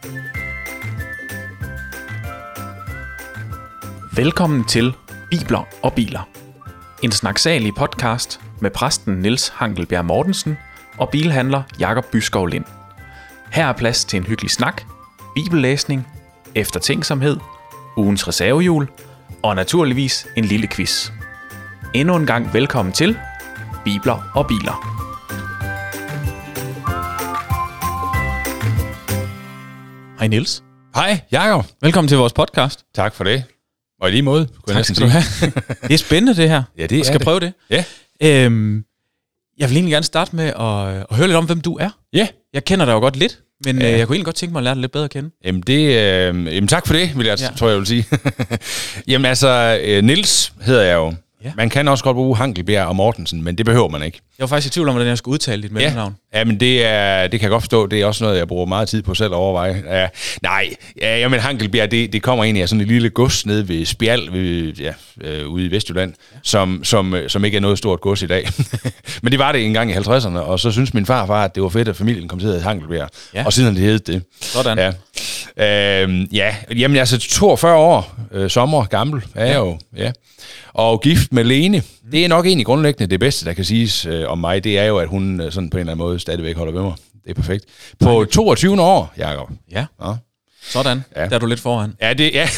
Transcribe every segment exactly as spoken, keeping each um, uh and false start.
Velkommen til Bibler og Biler. En snaksalig podcast med præsten Niels Hankelbjerg Mortensen og bilhandler Jakob Byskov Lind. Her er plads til en hyggelig snak, bibellæsning, eftertænksomhed, ugens reservehjul og naturligvis en lille quiz. Endnu en gang velkommen til Bibler og Biler. Hej Niels. Hej Jakob. Velkommen til vores podcast. Tak for det. Og i lige måde. Tak skal du have. Det er spændende det her. Ja, det er og skal det. prøve det. Ja. Øhm, jeg vil egentlig gerne starte med at, at høre lidt om, hvem du er. Ja. Jeg kender dig jo godt lidt, men ja. øh, jeg kunne egentlig godt tænke mig at lære dig lidt bedre at kende. Jamen, det, øh, jamen tak for det, vil jeg, ja. tror jeg vil sige. Jamen altså, øh, Niels hedder jeg jo. Ja. Man kan også godt bruge Hankelbjerg og Mortensen, men det behøver man ikke. Jeg var faktisk i tvivl om, hvordan jeg skulle udtale dit mellemnavn. Ja, men det, er, det kan jeg godt forstå. Det er også noget, jeg bruger meget tid på selv at overveje. Ja, nej, ja, jamen Hankelbjerg, det, det kommer egentlig af sådan et lille gods nede ved Spjald, ved, ja, øh, ude i Vestjylland, ja. som, som, som ikke er noget stort gods i dag. Men det var det engang i halvtredserne, og så synes min farfar, at det var fedt, at familien kom til at hedde Hankelbjerg. Ja. Og siden det hed det. Sådan. Ja. Øh, ja, jamen jeg er så toogfyrre år, øh, sommer gammel er jeg jo, ja. Og gift med Lene. Det er nok egentlig grundlæggende det bedste, der kan siges øh, om mig. Det er jo, at hun øh, sådan på en eller anden måde stadigvæk holder ved mig. Det er perfekt. På toogtyve år, Jakob. Ja. ja. Sådan. Ja. Der er du lidt foran. Ja, det ja.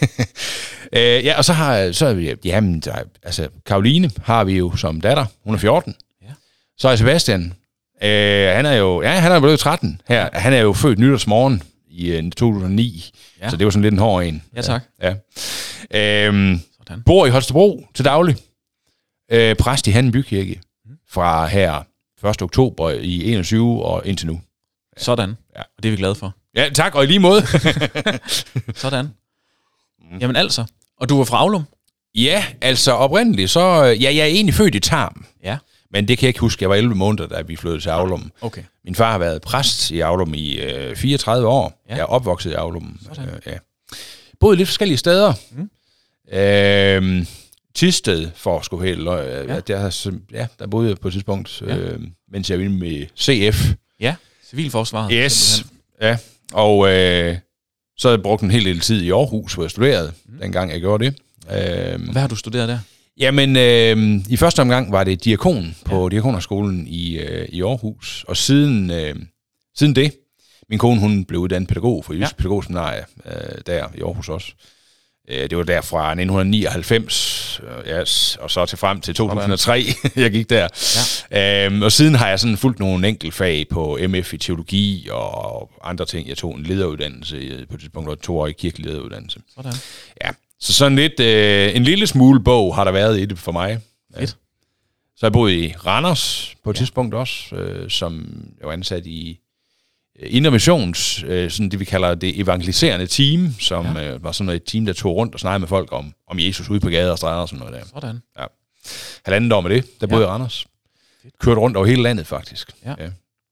øh, ja, og så har så er vi, jamen, der, altså, Karoline har vi jo som datter. Hun er fjorten. Ja. Så er Sebastian. Øh, han er jo, ja, han er blevet tretten her. Han er jo født nytårsmorgen i øh, to tusind og ni. Ja. Så det var sådan lidt en hård en. Ja, tak. Ja. ja. Øhm, Bor i Holstebro til daglig. Øh, præst i Handen Bykirke. Fra her første oktober i enogtyve og indtil nu. Ja. Sådan. Ja. Og det er vi glade for. Ja, tak. Og i lige måde. Sådan. Jamen altså. Og du var fra Aulum? Ja, altså oprindeligt, så... Ja, jeg er egentlig født i Tarm. Ja. Men det kan jeg ikke huske. Jeg var elleve måneder, da vi flyttede til Aulum. Okay. Min far har været præst i Aulum i øh, fireogtredive år. Ja. Jeg er opvokset i Aulum. Øh, ja. Boede lidt forskellige steder. Mm. Øhm, Tisted, for at skulle helt løg. Ja. Jeg, ja, der boede jeg på et tidspunkt, ja. øh, mens jeg var inde med C F. Ja, Civilforsvaret. Yes, simpelthen. Ja. Og øh, så havde jeg brugt en hel del tid i Aarhus, hvor jeg studerede, mm. dengang jeg gjorde det. Øh, Hvad har du studeret der? Jamen, øh, i første omgang var det diakon på ja. Diakonerskolen i, øh, i Aarhus. Og siden, øh, siden det, min kone, hun blev uddannet pædagog for Jysk ja. Pædagog Seminarium øh, der i Aarhus også. Det var der fra nitten nioghalvfems, yes, og så til frem til to tusind og tre, jeg gik der. Ja. Øhm, og siden har jeg sådan fulgt nogle enkeltfag på M F i teologi og andre ting. Jeg tog en lederuddannelse på et tidspunkt, og to år i kirkelig lederuddannelse. Sådan. Ja, så sådan lidt, øh, en lille smule bog har der været i det for mig. Ja. Så jeg boede i Randers på et ja. tidspunkt også, øh, som jeg var ansat i Indre Missions, øh, sådan det vi kalder det evangeliserende team, som ja. øh, var sådan et team, der tog rundt og snakkede med folk om, om Jesus ude på gader og stræder og sådan noget der. Sådan. Ja. Halvandet år med det, der boede ja. i Randers. Kørte rundt over hele landet faktisk. Ja. Ja.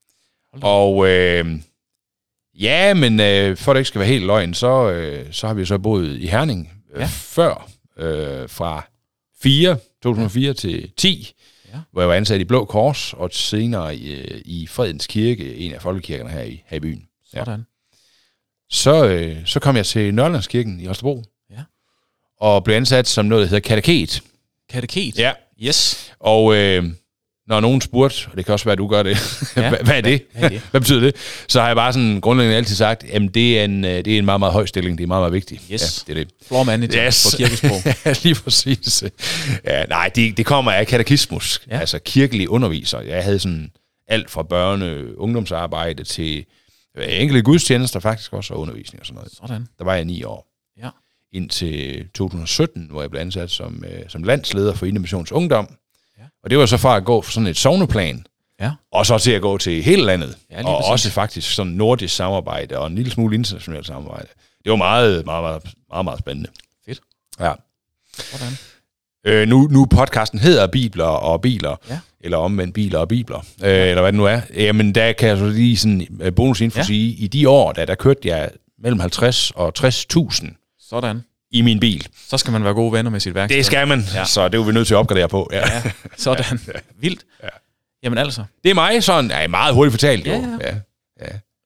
Og øh, ja, men øh, for at det ikke skal være helt løgn, så, øh, så har vi så boet i Herning øh, ja. før, øh, fra fire, to tusind og fire ja. til ti. Ja. Hvor jeg var ansat i Blå Kors, og senere i, i Fredens Kirke, en af folkekirkerne her i, her i byen. Sådan. Ja. Så, øh, så kom jeg til Nørrelandskirken i Holstebro, ja. og blev ansat som noget, der hedder kateket. Kateket? Ja. Yes. Og øh, når nogen spurgte, og det kan også være, at du gør det, ja. hvad, hvad er det? Hvad, hvad, hvad betyder det? Så har jeg bare sådan grundlæggende altid sagt, at det er en, det er en meget, meget høj stilling, det er meget, meget vigtigt. Yes. Ja, det er det. Floor manager yes. på kirkesprog. Ja, lige præcis. Ja, nej, det, det kommer af katekismus, ja. altså kirkelig underviser. Jeg havde sådan alt fra børne- ungdomsarbejde til enkelte gudstjenester faktisk også, og undervisning og sådan noget. Sådan. Der var jeg ni år. Ja. Indtil to tusind og sytten, hvor jeg blev ansat som, øh, som landsleder for Indre Missions Ungdom. Ja. Og det var så fra at gå for sådan et sogneplan, ja. og så til at gå til hele landet. Ja, og også faktisk sådan nordisk samarbejde og en lille smule internationalt samarbejde. Det var meget, meget, meget, meget, meget spændende. Fedt. Ja. Hvordan? Øh, nu, nu podcasten hedder Bibler og Biler, ja. eller omvendt Biler og Bibler, øh, ja. eller hvad det nu er. Jamen, der kan jeg så lige sådan bonusinfo ja. sige, i de år, der, der kørte jeg mellem halvtreds og tres tusind. Sådan. I min bil. Så skal man være gode venner med sit værksted. Det skal man, ja. så det er vi nødt til at opgradere på. Ja, ja sådan. Ja. Vildt. Ja. Jamen altså. Det er mig sådan, ja, meget hurtigt fortalt. Ja, jo. Ja. Ja, ja.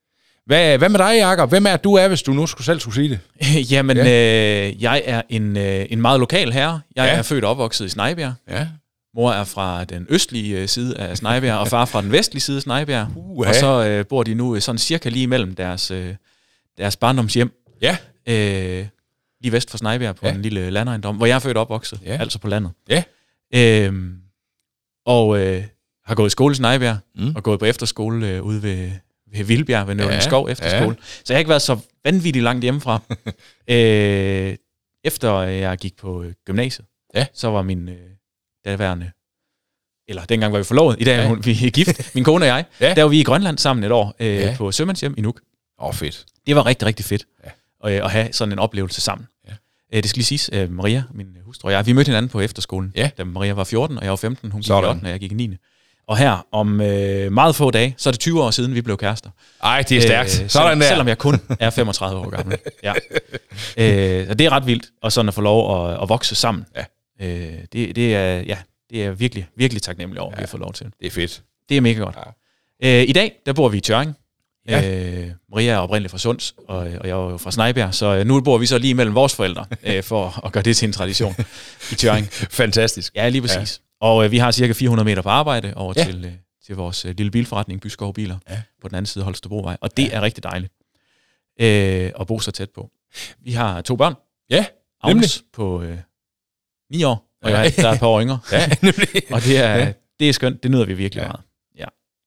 Hvad, hvad med dig, Jakob? Hvem er du er, hvis du nu skulle selv skulle sige det? Jamen, ja. øh, jeg er en, øh, en meget lokal herre. Jeg ja. er født og opvokset i Snejbjerg. Ja. Mor er fra den østlige side af Snejbjerg, og far fra den vestlige side af Snejbjerg. Uh-huh. Og så øh, bor de nu sådan cirka lige imellem deres, øh, deres barndomshjem. Ja. Øh, lige vest for Snejbjerg på ja. en lille landejendom, hvor jeg er født og opvokset, ja. altså på landet. Ja. Øh, og øh, har gået i skole i Snejbjerg, mm. og gået på efterskole øh, ude ved, ved Vildbjerg, ved Nøvlen ja. Skov efterskole. Ja. Så jeg har ikke været så vanvittigt langt hjemmefra. øh, efter jeg gik på øh, gymnasiet, ja. så var min... Øh, daværende, eller dengang var vi forlovet, i dag ja. vi er gift, min kone og jeg, ja. der var vi i Grønland sammen et år, øh, ja. på Sømandshjem i Nuuk. Åh, oh, fedt. Det var rigtig, rigtig fedt, ja. at, at have sådan en oplevelse sammen. Ja. Øh, det skal lige siges, øh, Maria, min hustru og jeg, vi mødte hinanden på efterskolen, ja. da Maria var fjorten, og jeg var femten, hun gik i ottende, og jeg gik i niende. Og her, om øh, meget få dage, så er det tyve år siden, vi blev kærester. Ej, det er stærkt. Øh, sådan der. Selvom jeg kun er femogtredive år gammel. Ja. øh, og det er ret vildt, og sådan at få lov at, at vokse sammen. Ja. Øh, det, det er, ja, det er virkelig, virkelig taknemmelig over, ja, at vi har fået lov til. Det er fedt. Det er mega godt. Ja. Øh, I dag, der bor vi i Tjørring. Ja. Øh, Maria er oprindeligt fra Sunds, og, og jeg er jo fra Snejbjerg, så nu bor vi så lige mellem vores forældre, øh, for at gøre det til en tradition i Tjørring. Fantastisk. Ja, lige præcis. Ja. Og øh, vi har cirka fire hundrede meter på arbejde over ja. til, øh, til vores øh, lille bilforretning, Byskov Biler, ja. på den anden side af Holstebrovej, og det ja. er rigtig dejligt øh, at bo så tæt på. Vi har to børn. Ja, Agnes på øh, ni år, og jeg der er et par år yngre. Ja, og det er, ja. det er skønt, det nyder vi virkelig ja. meget. Ja.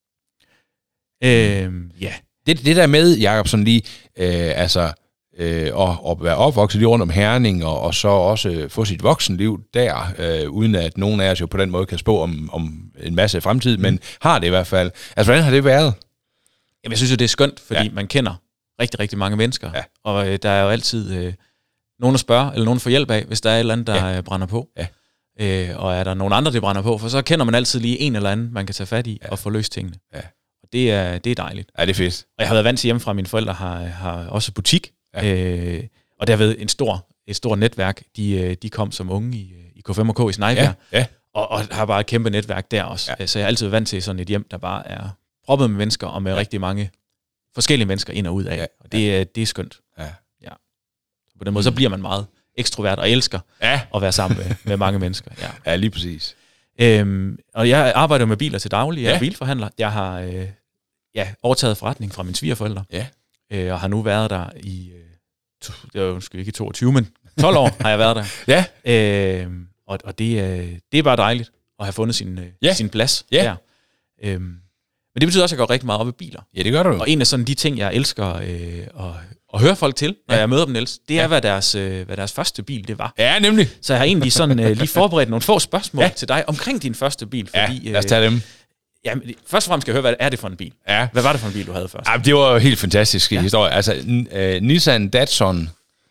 Øhm, ja. Det, det der med, Jakob, sådan lige, øh, altså, øh, at, at være opvokset lige rundt om Herning, og, og så også få sit voksenliv der, øh, uden at nogen af os jo på den måde kan spå om, om en masse fremtid, mm. men har det i hvert fald. Altså, hvordan har det været? Jamen, jeg synes jo, det er skønt, fordi ja. man kender rigtig, rigtig mange mennesker, ja. og øh, der er jo altid øh, nogen at spørge, eller nogen at få hjælp af, hvis der er et eller andet, der ja. brænder på. Ja. Øh, og er der nogen andre, der brænder på, for så kender man altid lige en eller anden, man kan tage fat i ja. og få løst tingene. Ja. Og det er, det er dejligt. Ja, det er fedt. Og jeg har været vant til hjemmefra, mine forældre har, har også butik, ja. øh, og der har været en stor, et stort netværk. De, de kom som unge i, i K fem K i Snejbjerg, ja. Ja. Og, og har bare et kæmpe netværk der også. Ja. Så jeg har altid været vant til sådan et hjem, der bare er proppet med mennesker, og med ja. rigtig mange forskellige mennesker ind og ud af. Ja. Og det, ja. det er skønt. Ja. Ja. På den måde, så bliver man meget ekstrovert og elsker ja. at være sammen med, med mange mennesker. Ja, ja lige præcis. Øhm, og jeg arbejder med biler til daglig. Jeg er ja. bilforhandler. Jeg har øh, ja, overtaget forretning fra mine svigerforældre. Ja. Øh, og har nu været der i, øh, to, det er jo måske ikke toogtyve, men tolv år har jeg været der. Ja. Øh, og og det, øh, det er bare dejligt at have fundet sin, øh, ja. sin plads ja. der. Øhm, men det betyder også, at jeg går rigtig meget op i biler. Ja, det gør du. Og en af sådan de ting, jeg elsker øh, at, at høre folk til, når ja. jeg møder dem ellers, det er, ja. hvad, deres, øh, hvad deres første bil det var. Ja, nemlig. Så jeg har egentlig sådan øh, lige forberedt nogle få spørgsmål ja. til dig omkring din første bil. Fordi, ja, lad os tage dem. Øh, ja, først og fremmest skal jeg høre, hvad er det for en bil? Ja. Hvad var det for en bil, du havde først? Ja, det var jo helt fantastisk ja. historie. Altså, uh, Nissan Datsun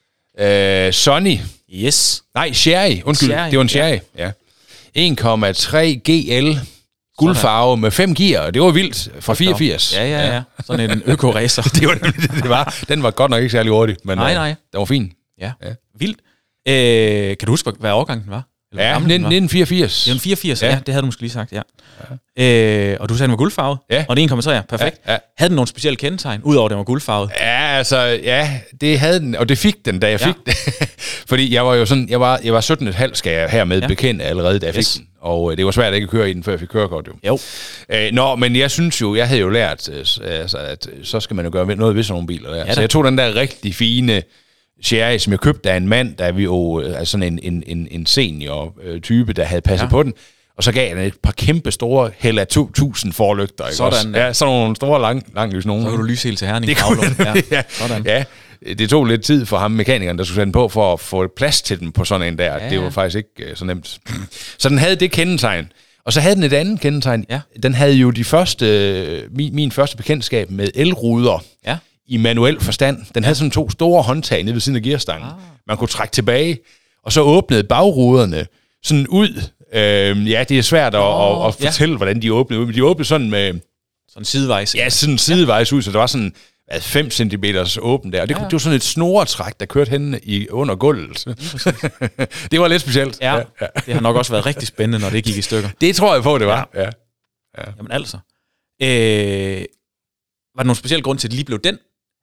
uh, Sunny. Yes. Nej, Sherry. Undskyld, Sherry. Det var en Sherry. Ja. ja. en komma tre G L. Guldfarve med fem gear, og det var vildt fra fireogfirs. Ja, ja, ja. Sådan en øko-racer. det var nemlig det, det var. Den var godt nok ikke særlig hurtig, men nej, nej. den var fin. Ja, ja. Vildt. Øh, kan du huske, hvad årgang den var? Eller ja, nitten fireogfirs. Det var fireogfirs, ja. ja. Det havde du måske lige sagt, ja. ja. Øh, og du sagde, den var guldfarvet, ja. og det er en komma tre, perfekt. Ja, ja. Havde den nogle specielle kendetegn, udover at den var guldfarvet? Ja, altså, ja, det havde den, og det fik den, da jeg fik ja. den. Fordi jeg var jo sådan, jeg var, jeg var sytten komma fem, skal jeg hermed ja. bekende allerede, da jeg yes. fik den. Og det var svært ikke at køre i den, før jeg fik kørekort, jo. Jo. Øh, nå, men jeg synes jo, jeg havde jo lært, altså, at så skal man jo gøre noget ved sådan nogle biler der. Ja, så jeg tog den der rigtig fine Sherry, som jeg købte af en mand, der vi jo altså sådan en, en, en, en senior-type, der havde passet ja. på den. Og så gav jeg den et par kæmpe store Hella to tusind forlygter. Ikke sådan. Også? Ja, sådan nogle store lang, langlys nogen. Så kunne du lyse helt til Herning. Det kunne ja. ja. Sådan. Ja, det tog lidt tid for ham, mekanikeren, der skulle sætte den på, for at få plads til den på sådan en der. Ja. Det var faktisk ikke så nemt. Så den havde det kendetegn. Og så havde den et andet kendetegn. Ja. Den havde jo de første, min, min første bekendtskab med elruder. Ja. I manuel forstand. Den havde sådan to store håndtag nede ved siden af gearstangen. Ah. Man kunne trække tilbage, og så åbnede bagruderne sådan ud. Øhm, ja, det er svært at, oh, at, at fortælle, ja. hvordan de åbnede ud, men de åbnede sådan med... Sådan sidevejs. Ja, sådan sidevejs ud, så der var sådan fem centimeter åben der. Og det, ja. det var sådan et snoretræk, der kørte hen i under gulvet. Det var lidt specielt. Ja, ja, ja, det har nok også været rigtig spændende, når det gik i stykker. Det tror jeg på, det var. Ja. Ja. Ja. Jamen altså. Øh, var der nogen speciel grund til, at det lige blev den?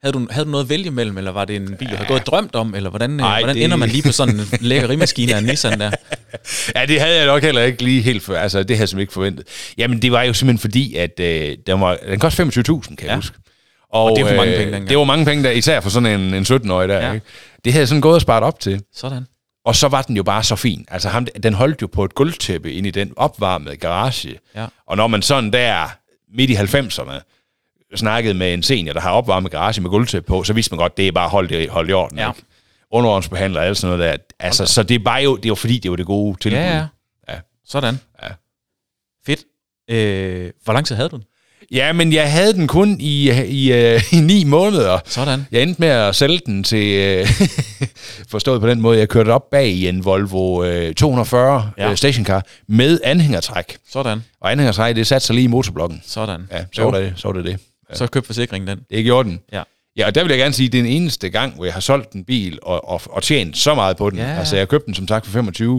Havde du, havde du noget at vælge mellem, eller var det en bil, du havde gået og drømt om, eller hvordan, Ej, hvordan det... ender man lige på sådan en lækkerimaskine af en Nissan der? Ja, det havde jeg nok heller ikke lige helt for, altså det havde jeg simpelthen ikke forventet. Jamen, det var jo simpelthen fordi, at øh, den, var, den kostede femogtyve tusind, kan ja. jeg huske. Og, og det var for mange øh, penge dengang. Det var mange penge der, især for sådan en, en sytten-årig der. Ja. Ikke? Det havde jeg sådan gået og sparet op til. Sådan. Og så var den jo bare så fin. Altså, ham, den holdt jo på et gulvtæppe ind i den opvarmede garage. Ja. Og når man sådan der midt i halvfemserne snakkede med en senior, der har opvarmet garage med gulvtæppe på, så vidste man godt, det er bare holdt i, holdt i orden. Ja. Underordensbehandler og alt sådan noget der. Altså, okay. Så det var jo, det var fordi, det var det gode tilbud. Ja, ja. ja. Sådan. Ja. Fedt. Øh, hvor lang tid havde du den? Ja, men jeg havde den kun i, i, i, i ni måneder. Sådan. Jeg endte med at sælge den til, forstået på den måde, jeg kørte op bag i en Volvo øh, to hundrede og fyrre ja. øh, stationcar med anhængertræk. Sådan. Og anhængertræk, det satte sig lige i motorblokken. Sådan. Ja, så var det så var det. det. Ja. Så købte forsikringen den. Det gjorde den. Ja. Ja, og der vil jeg gerne sige, at det er den eneste gang, hvor jeg har solgt en bil og, og, og tjent så meget på den. Ja. Altså, jeg købte den som sagt for femogtyve.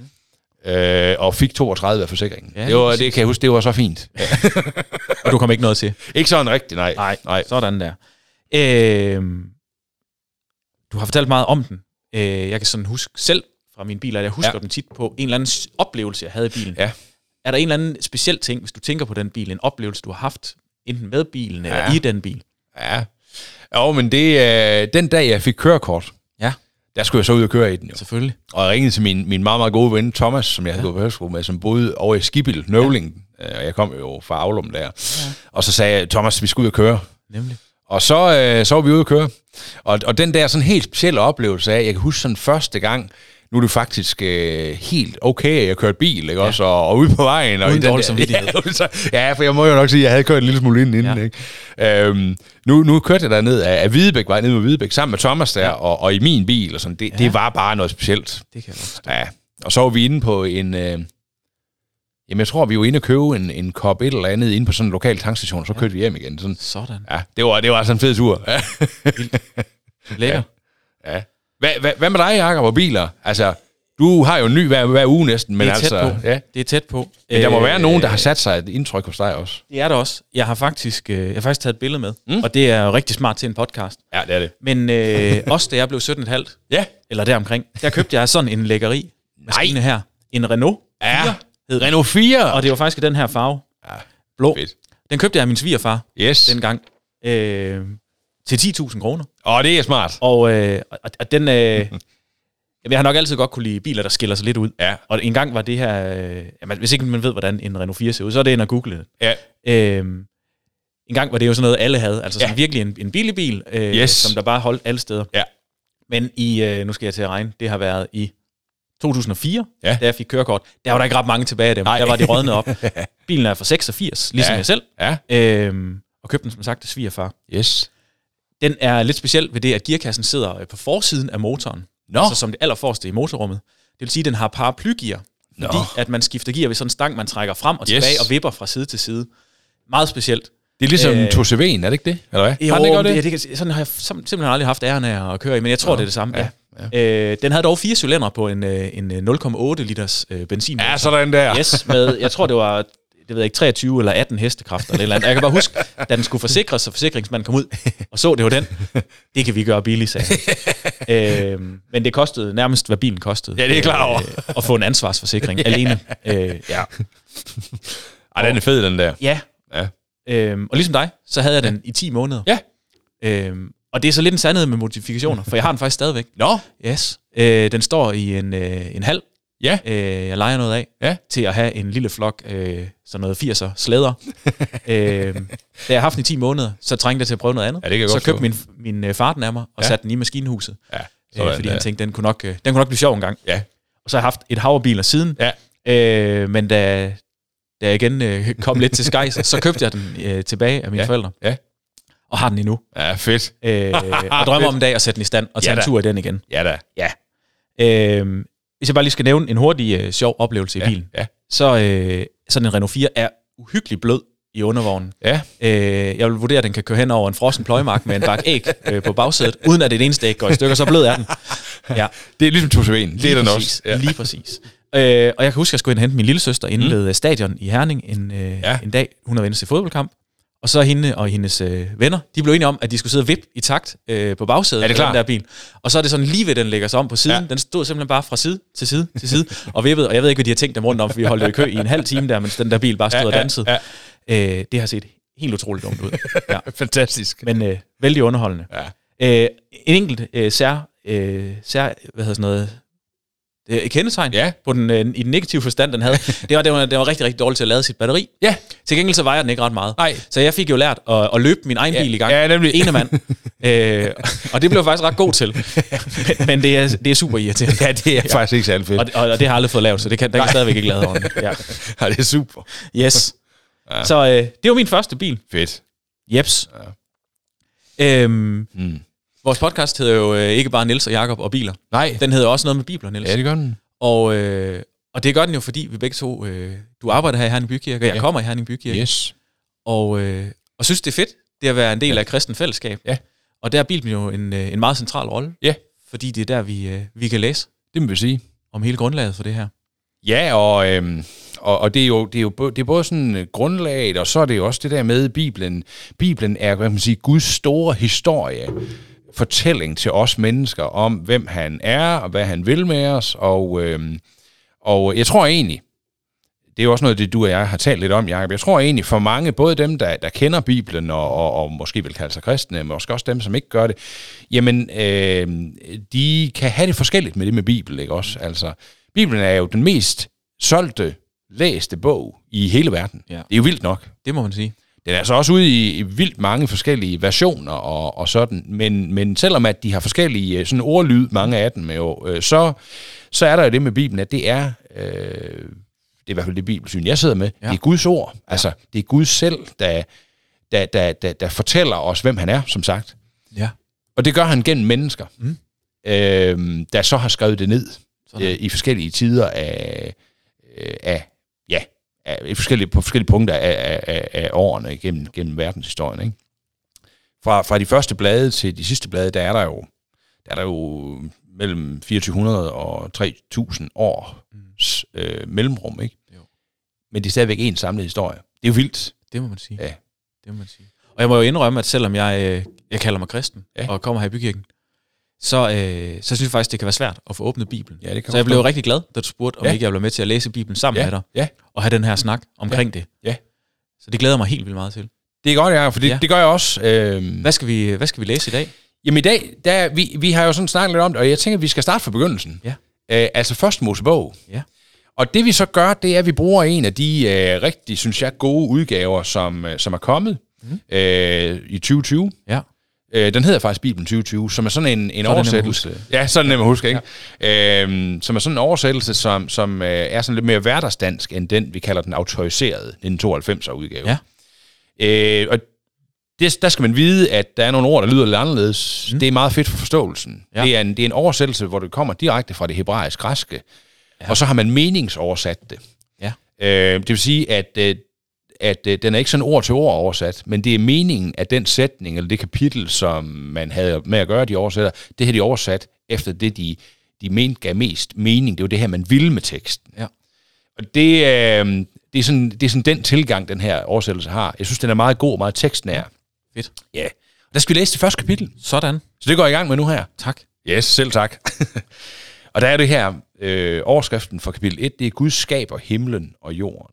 Øh, og fik toogtredive af forsikringen. Ja, det, var, det kan jeg huske, det var så fint. Ja. Og du kom ikke noget til? Ikke sådan rigtigt, nej. Nej, nej. Sådan der. Øh, du har fortalt meget om den. Øh, jeg kan sådan huske selv fra mine biler, at jeg husker ja. den tit på en eller anden oplevelse, jeg havde i bilen. Ja. Er der en eller anden speciel ting, hvis du tænker på den bil, en oplevelse, du har haft enten med bilen ja. eller i den bil? Ja, jo, men det er den dag, jeg fik kørekort. Ja. Der skulle jeg så ud og køre i den jo. Selvfølgelig. Og jeg ringede til min, min meget, meget gode ven, Thomas, som jeg havde ja. gået på højskole med, som boede over i Skibil, Nøvling. Ja. Og jeg kom jo fra Aulum der. Ja. Og så sagde jeg, Thomas, vi skal ud og køre. Nemlig. Og så, øh, så var vi ude at køre. Og, og den der sådan helt specielle oplevelse af, jeg kan huske sådan første gang, nu er det faktisk øh, helt okay, at jeg kørte bil, ikke ja. også, og, og ude på vejen. Og uden dårlig samvittighed. Ja, for jeg må jo nok sige, at jeg havde kørt en lille smule inden, ja. ikke? Øhm, nu, nu kørte jeg der ned af, af Hvidebækvej, ned mod Hvidebæk, sammen med Thomas der, ja. og, og i min bil, og sådan. Det, ja. det var bare noget specielt. Det kan jeg også. Ja, og så var vi inde på en... Øh, jamen, jeg tror, vi var inde og købe en, en kop et eller andet inde på sådan en lokal tankstation, og så kørte ja. vi hjem igen. Sådan. Sådan. Ja, det var, det var sådan en fed tur. Ja. Lækker. Ja. ja. Hvad, hvad, hvad med dig, Jakob, og biler? Altså, du har jo en ny hver, hver uge næsten. Men det er tæt altså, på. Ja. Det er tæt på. Men der må øh, være nogen, der har sat sig et indtryk hos dig også. Det er der også. Jeg har faktisk, øh, jeg har faktisk taget et billede med, mm. og det er jo rigtig smart til en podcast. Ja, det er det. Men øh, også da jeg blev sytten komma fem, ja. eller deromkring, der købte jeg sådan en lækkeri maskine her. En Renault fire. Ja. Renault fire. Og det var faktisk i den her farve. Ja. Blå. Fedt. Den købte jeg af min svigerfar yes. dengang. Øh, til ti tusind kroner. Åh, oh, det er smart. Og, øh, og den... Øh, jeg har nok altid godt kunne lide biler, der skiller sig lidt ud. Ja. Og en gang var det her... Øh, jamen, hvis ikke man ved, hvordan en Renault fire ser ud, så er det ind at google det. Ja. Øh, en gang var det jo sådan noget, alle havde. Altså sådan ja. virkelig en, en billig bil, øh, yes. som der bare holdt alle steder. Ja. Men i... Øh, nu skal jeg til at regne. Det har været i to tusind og fire, ja. da jeg fik kørekort. Der var der ikke ret mange tilbage af dem. Nej. Der var de rådne op. Bilen er fra seksogfirs, ligesom ja. jeg selv. Ja. Øh, og købte den, som sagt, af svigerfar. Yes. Den er lidt speciel ved det, at gearkassen sidder på forsiden af motoren. Nå. Altså som det allerforreste i motorrummet. Det vil sige, at den har paraplygear. Fordi Nå. at man skifter gear ved sådan en stang, man trækker frem og tilbage yes. og vipper fra side til side. Meget specielt. Det er ligesom Æh, to C V'en, er det ikke det? Eller hvad? Jo, har det, det? Det, det, sådan har jeg simpelthen aldrig haft æren af at køre i, men jeg tror, Nå. det er det samme. Ja. Ja. Øh, den havde dog fire cylindre på en, en nul komma otte liters øh, benzin. Ja, sådan der. Yes, med, jeg tror, det var... det ved jeg ikke, treogtyve eller atten hestekræfter eller, eller andet. Jeg kan bare huske, da den skulle forsikres, så forsikringsmanden kom ud og så, det var den. Det kan vi gøre billigt, sagde øh, men det kostede nærmest, hvad bilen kostede. Ja, det er klar over. Øh, at få en ansvarsforsikring ja. alene. Øh, ja. Ej, den er fed, den der. Ja. ja. Øh, og ligesom dig, så havde jeg den i ti måneder. Ja. Øh, og det er så lidt en sandhed med modifikationer, for jeg har den faktisk stadigvæk. Nå. Yes. Øh, den står i en, øh, en halv. Ja. Øh, jeg leger noget af, ja. til at have en lille flok, øh, sådan noget firser slæder. øh, da jeg har haft den i ti måneder, så trængte jeg til at prøve noget andet. Ja, det kan så godt købte min, min øh, far den af mig, og ja. satte den i maskinhuset. Ja. Øh, fordi han tænkte, den kunne, nok, øh, den kunne nok blive sjov en gang. Ja. Og så har jeg haft et hav af biler siden. Ja. Øh, men da, da jeg igen øh, kom lidt til skejser, så købte jeg den øh, tilbage af mine ja. forældre. Ja. Og har den endnu. Ja, fedt. Øh, og drømmer om en dag at sætte den i stand og tage ja, en tur i den igen. Ja da. Ja. Øh, Hvis jeg bare lige skal nævne en hurtig, øh, sjov oplevelse ja, i bilen, ja. så øh, sådan en Renault fire er uhyggeligt blød i undervognen. Ja. Øh, jeg vil vurdere, at den kan køre hen over en frossen pløjemark med en bakke æg øh, på bagsædet, uden at det eneste æg går i stykker, så blød er den. Ja. Det er ligesom to C V'en. Det er den også. Ja. Lige præcis. Øh, og jeg kan huske, at jeg skulle ind og hente min lille søster inde mm. ved stadion i Herning en, øh, ja. en dag. Hun havde vendt til fodboldkamp. Og så hende og hendes øh, venner, de blev enige om, at de skulle sidde og vippe i takt øh, på bagsædet af den der bil. Og så er det sådan lige ved, den lægger sig om på siden. Ja. Den stod simpelthen bare fra side til side til side og vippede. Og jeg ved ikke, hvad de har tænkt dem rundt om, for vi holdt i kø i en halv time der, mens den der bil bare stod ja, og dansede. Ja, ja. Øh, det har set helt utroligt dumt ud. Ja. Fantastisk. Men øh, vældig underholdende. Ja. Øh, en enkelt øh, sær, øh, sær, hvad hedder sådan noget... Et kendetegn ja. på den, øh, i den negative forstand, den havde. Det var, det var, det var rigtig, rigtig dårligt til at lade sit batteri. Ja. Til gengæld så vejer den ikke ret meget. Nej. Så jeg fik jo lært at, at løbe min egen ja. bil i gang. Ja, nemlig. Ene mand. øh, og det blev jeg faktisk ret god til. men men det, er, det er super irriterende. Ja, det er ja. faktisk ikke særlig fedt. Og, og, og det har jeg aldrig fået lavet, så det kan, den kan stadigvæk ikke lade ordentligt. Ja. ja, det er super. Yes. Ja. Så øh, det var min første bil. Fedt. Jeps. Ja. Øhm, mm. Vores podcast hedder jo øh, ikke bare Niels og Jakob og biler. Nej. Den hedder også noget med bibler, Niels. Ja, det gør den. Og, øh, og det gør den jo, fordi vi begge to... Øh, du arbejder her i Herning Bykirke, og jeg ja. kommer i Herning Bykirke. Yes. Og, øh, og synes, det er fedt, det at være en del ja. af kristen fællesskab. Ja. Og der er Bibelen jo en, en meget central rolle. Ja. Fordi det er der, vi, øh, vi kan læse. Det må vi sige. Om hele grundlaget for det her. Ja, og... Øh... Og, og det er jo det er jo det er både sådan grundlaget, og så er det jo også det der med Bibelen. Bibelen er, hvad man siger, Guds store historie, fortælling til os mennesker om, hvem han er, og hvad han vil med os. Og, øhm, og jeg tror egentlig, det er jo også noget, det du og jeg har talt lidt om, Jacob. Jeg tror egentlig for mange, både dem, der, der kender Bibelen, og, og, og måske vil kalde sig kristne, men måske også dem, som ikke gør det, jamen, øh, de kan have det forskelligt med det med Bibelen, ikke også? Altså, Bibelen er jo den mest solgte, læste bog i hele verden. Ja. Det er jo vildt nok. Det må man sige. Den er altså også ude i, i vildt mange forskellige versioner og, og sådan, men, men selvom at de har forskellige sådan ordlyd, mange af dem jo, øh, så, så er der jo det med Bibelen, at det er, øh, det er i hvert fald det bibelsyn, jeg sidder med, ja. Det er Guds ord. Ja. Altså, det er Gud selv, der, der, der, der, der fortæller os, hvem han er, som sagt. Ja. Og det gør han gennem mennesker, mm. øh, der så har skrevet det ned øh, i forskellige tider af, øh, af ja, I forskellige, på forskellige punkter af, af, af årene gennem, gennem verdenshistorien. Ikke? Fra, fra de første blade til de sidste blade, der er der jo, der er der jo mellem fireogtyve hundrede og tre tusind års mm. øh, mellemrum. Ikke? Jo. Men det er stadigvæk en samlet historie. Det er jo vildt. Det må man sige. Ja. Det må man sige. Og jeg må jo indrømme, at selvom jeg, øh, jeg kalder mig kristen ja. og kommer her i Bykirken, så, øh, så synes jeg faktisk, det kan være svært at få åbnet Bibelen. Ja, det kan så jeg blev rigtig glad, da du spurgte, om ja. ikke jeg ville være med til at læse Bibelen sammen ja. med dig, ja. og have den her snak omkring ja. det. Ja. Så det glæder mig helt vildt meget til. Det er godt, ja, for det, ja. det gør jeg også. Øh... Hvad, skal vi, hvad skal vi læse i dag? Jamen i dag, der, vi, vi har jo sådan snakket lidt om det, og jeg tænker, at vi skal starte fra begyndelsen. Ja. Øh, altså første Mosebog. Ja. Og det vi så gør, det er, at vi bruger en af de øh, rigtig, synes jeg, gode udgaver, som, som er kommet mm. øh, i tyve tyve. Ja. Den hedder faktisk Bibelen tyve tyve, som er sådan en, en så oversættelse. Ja, sådan nemt at huske, ikke? Ja. Øhm, som er sådan en oversættelse, som, som øh, er sådan lidt mere hverdagsdansk, end den, vi kalder den autoriserede nitten tooghalvfems udgave. Ja. Øh, og det, der skal man vide, at der er nogle ord, der lyder lidt anderledes. Mm. Det er meget fedt for forståelsen. Ja. Det, er en, det er en oversættelse, hvor det kommer direkte fra det hebraisk-græske, ja. og så har man meningsoversat det. Ja. Øh, det vil sige, at øh, at øh, den er ikke sådan ord til ord oversat, men det er meningen, at den sætning, eller det kapitel, som man havde med at gøre, de oversætter, det har de oversat efter det, de, de mente gav mest mening. Det var det her, man ville med teksten. Ja. Og det, øh, det, er sådan, det er sådan den tilgang, den her oversættelse har. Jeg synes, den er meget god, meget tekstnær. Fedt. Ja. Der skal vi læse det første kapitel. Sådan. Så det går jeg i gang med nu her. Tak. Yes, selv tak. Og der er det her, øh, overskriften for kapitel et, det er Gud skaber himlen og jorden.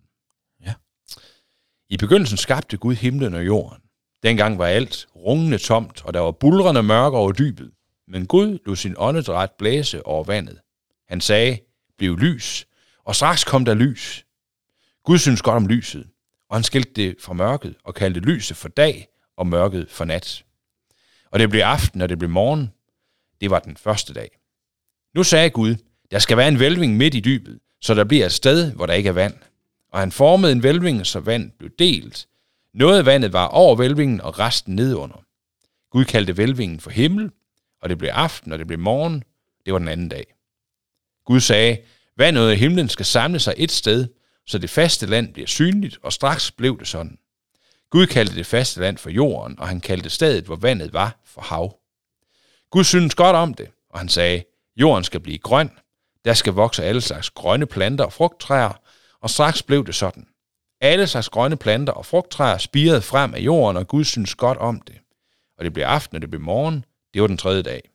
I begyndelsen skabte Gud himlen og jorden. Dengang var alt rungende tomt, og der var bulrende mørke over dybet. Men Gud lod sin åndedræt blæse over vandet. Han sagde, bliv lys, og straks kom der lys. Gud syntes godt om lyset, og han skilte det fra mørket, og kaldte lyset for dag, og mørket for nat. Og det blev aften, og det blev morgen. Det var den første dag. Nu sagde Gud, der skal være en hvælving midt i dybet, så der bliver et sted, hvor der ikke er vand. Og han formede en hvælving, så vandet blev delt. Noget af vandet var over hvælvingen, og resten nedunder. Gud kaldte hvælvingen for himmel, og det blev aften, og det blev morgen. Det var den anden dag. Gud sagde, vandet af himlen skal samle sig et sted, så det faste land bliver synligt, og straks blev det sådan. Gud kaldte det faste land for jorden, og han kaldte stedet, hvor vandet var, for hav. Gud syntes godt om det, og han sagde, jorden skal blive grøn, der skal vokse alle slags grønne planter og frugttræer, og straks blev det sådan. Alle slags grønne planter og frugttræer spirede frem af jorden, og Gud syntes godt om det. Og det blev aften, og det blev morgen. Det var den tredje dag.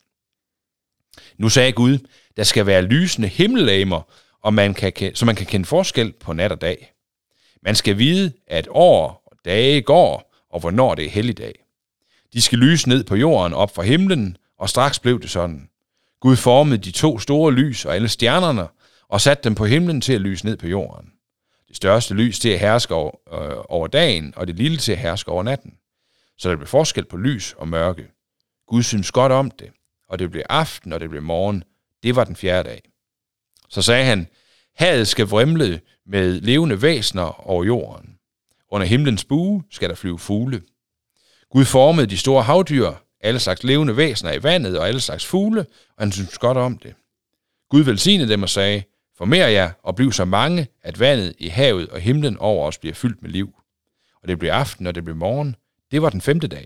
Nu sagde Gud, der skal være lysende himmellegemer, og man kan, så man kan kende forskel på nat og dag. Man skal vide, at år og dage går, og hvornår det er helligdag. De skal lyse ned på jorden op fra himlen, og straks blev det sådan. Gud formede de to store lys og alle stjernerne, og satte dem på himlen til at lyse ned på jorden. Det største lys til at herske over, øh, over dagen, og det lille til at herske over natten. Så der blev forskel på lys og mørke. Gud syntes godt om det, og det blev aften, og det blev morgen. Det var den fjerde dag. Så sagde han, havet skal vrimle med levende væsener over jorden. Under himlens bue skal der flyve fugle. Gud formede de store havdyr, alle slags levende væsener i vandet og alle slags fugle, og han syntes godt om det. Gud velsignede dem og sagde, former jer og bliv så mange, at vandet i havet og himlen over os bliver fyldt med liv. Og det blev aften, og det blev morgen. Det var den femte dag.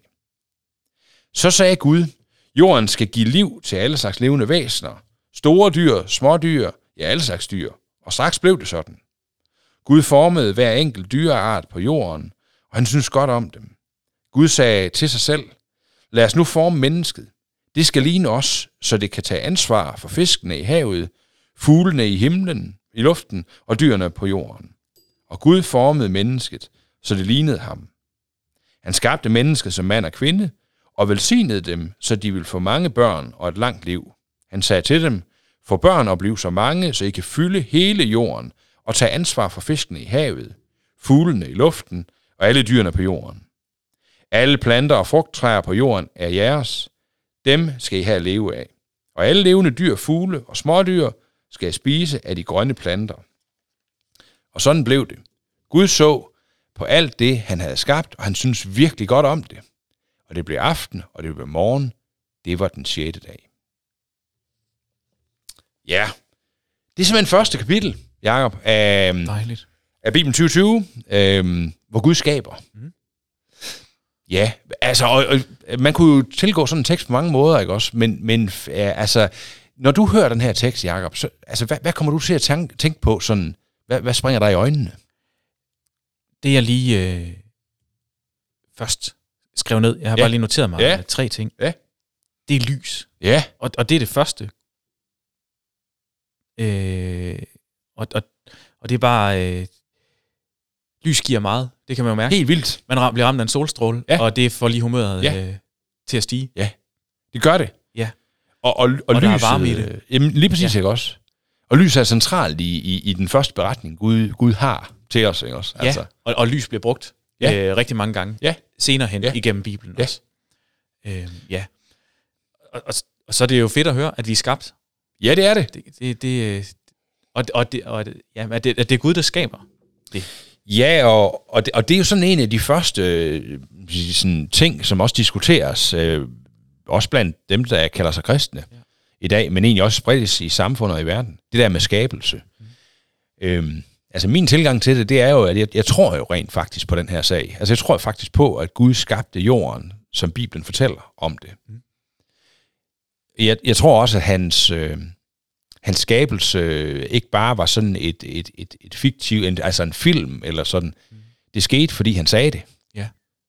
Så sagde Gud, jorden skal give liv til alle slags levende væsener, store dyr, små dyr, ja alle slags dyr. Og straks blev det sådan. Gud formede hver enkelt dyreart på jorden, og han syntes godt om dem. Gud sagde til sig selv, lad os nu forme mennesket. Det skal ligne os, så det kan tage ansvar for fiskene i havet, fuglene i himlen, i luften og dyrene på jorden. Og Gud formede mennesket, så det lignede ham. Han skabte mennesket som mand og kvinde, og velsignede dem, så de ville få mange børn og et langt liv. Han sagde til dem, få børn og bliv så mange, så I kan fylde hele jorden og tage ansvar for fiskene i havet, fuglene i luften og alle dyrene på jorden. Alle planter og frugttræer på jorden er jeres. Dem skal I have at leve af. Og alle levende dyr, fugle og smådyr skal I spise af de grønne planter. Og sådan blev det. Gud så på alt det, han havde skabt, og han syntes virkelig godt om det. Og det blev aften, og det blev morgen. Det var den sjette dag. Ja, det er simpelthen første kapitel, Jakob, af, Dejligt. af Bibelen tyve tyve, øh, hvor Gud skaber. Mm. Ja, altså, og, og, man kunne jo tilgå sådan en tekst på mange måder, ikke også? Men, men altså, når du hører den her tekst, Jakob, så, altså, hvad, hvad kommer du til at tænke, tænke på sådan, hvad, hvad springer der i øjnene? Det jeg lige øh, først skrev ned, jeg har ja. bare lige noteret mig ja. tre ting. Ja. Det er lys. Ja. Og, og det er det første. Øh, og, og, og det er bare... Øh, lys giver meget, det kan man jo mærke. Helt vildt. Man bliver ramt af en solstråle, ja. og det får lige humøret ja. øh, til at stige. Ja, det gør det. Ja. Og, og, og, og lyset, der er varme i det. Jamen, lige præcis, ja. ikke også? Og lys er centralt i, i, i den første beretning, Gud, Gud har til os, ikke også? Altså. Ja, og, og lys bliver brugt ja. øh, rigtig mange gange. Ja. Senere hen ja. igennem Bibelen ja. også. Øh, ja. Og, og, og så er det jo fedt at høre, at vi er skabt. Ja, det er det. det, det, det og, og, det, og ja, at, det, at det er Gud, der skaber det. Ja, og, og, det, og det er jo sådan en af de første øh, sådan, ting, som også diskuteres, øh, også blandt dem, der kalder sig kristne ja. i dag, men egentlig også spredes i samfundet og i verden. Det der med skabelse. Mm. Øhm, altså min tilgang til det, det er jo, at jeg, jeg tror jo rent faktisk på den her sag. Altså jeg tror faktisk på, at Gud skabte jorden, som Bibelen fortæller om det. Mm. Jeg, jeg tror også, at hans... Øh, hans skabelse øh, ikke bare var sådan et, et, et, et fiktiv, en, altså en film eller sådan. Mm. Det skete, fordi han sagde det. Ja.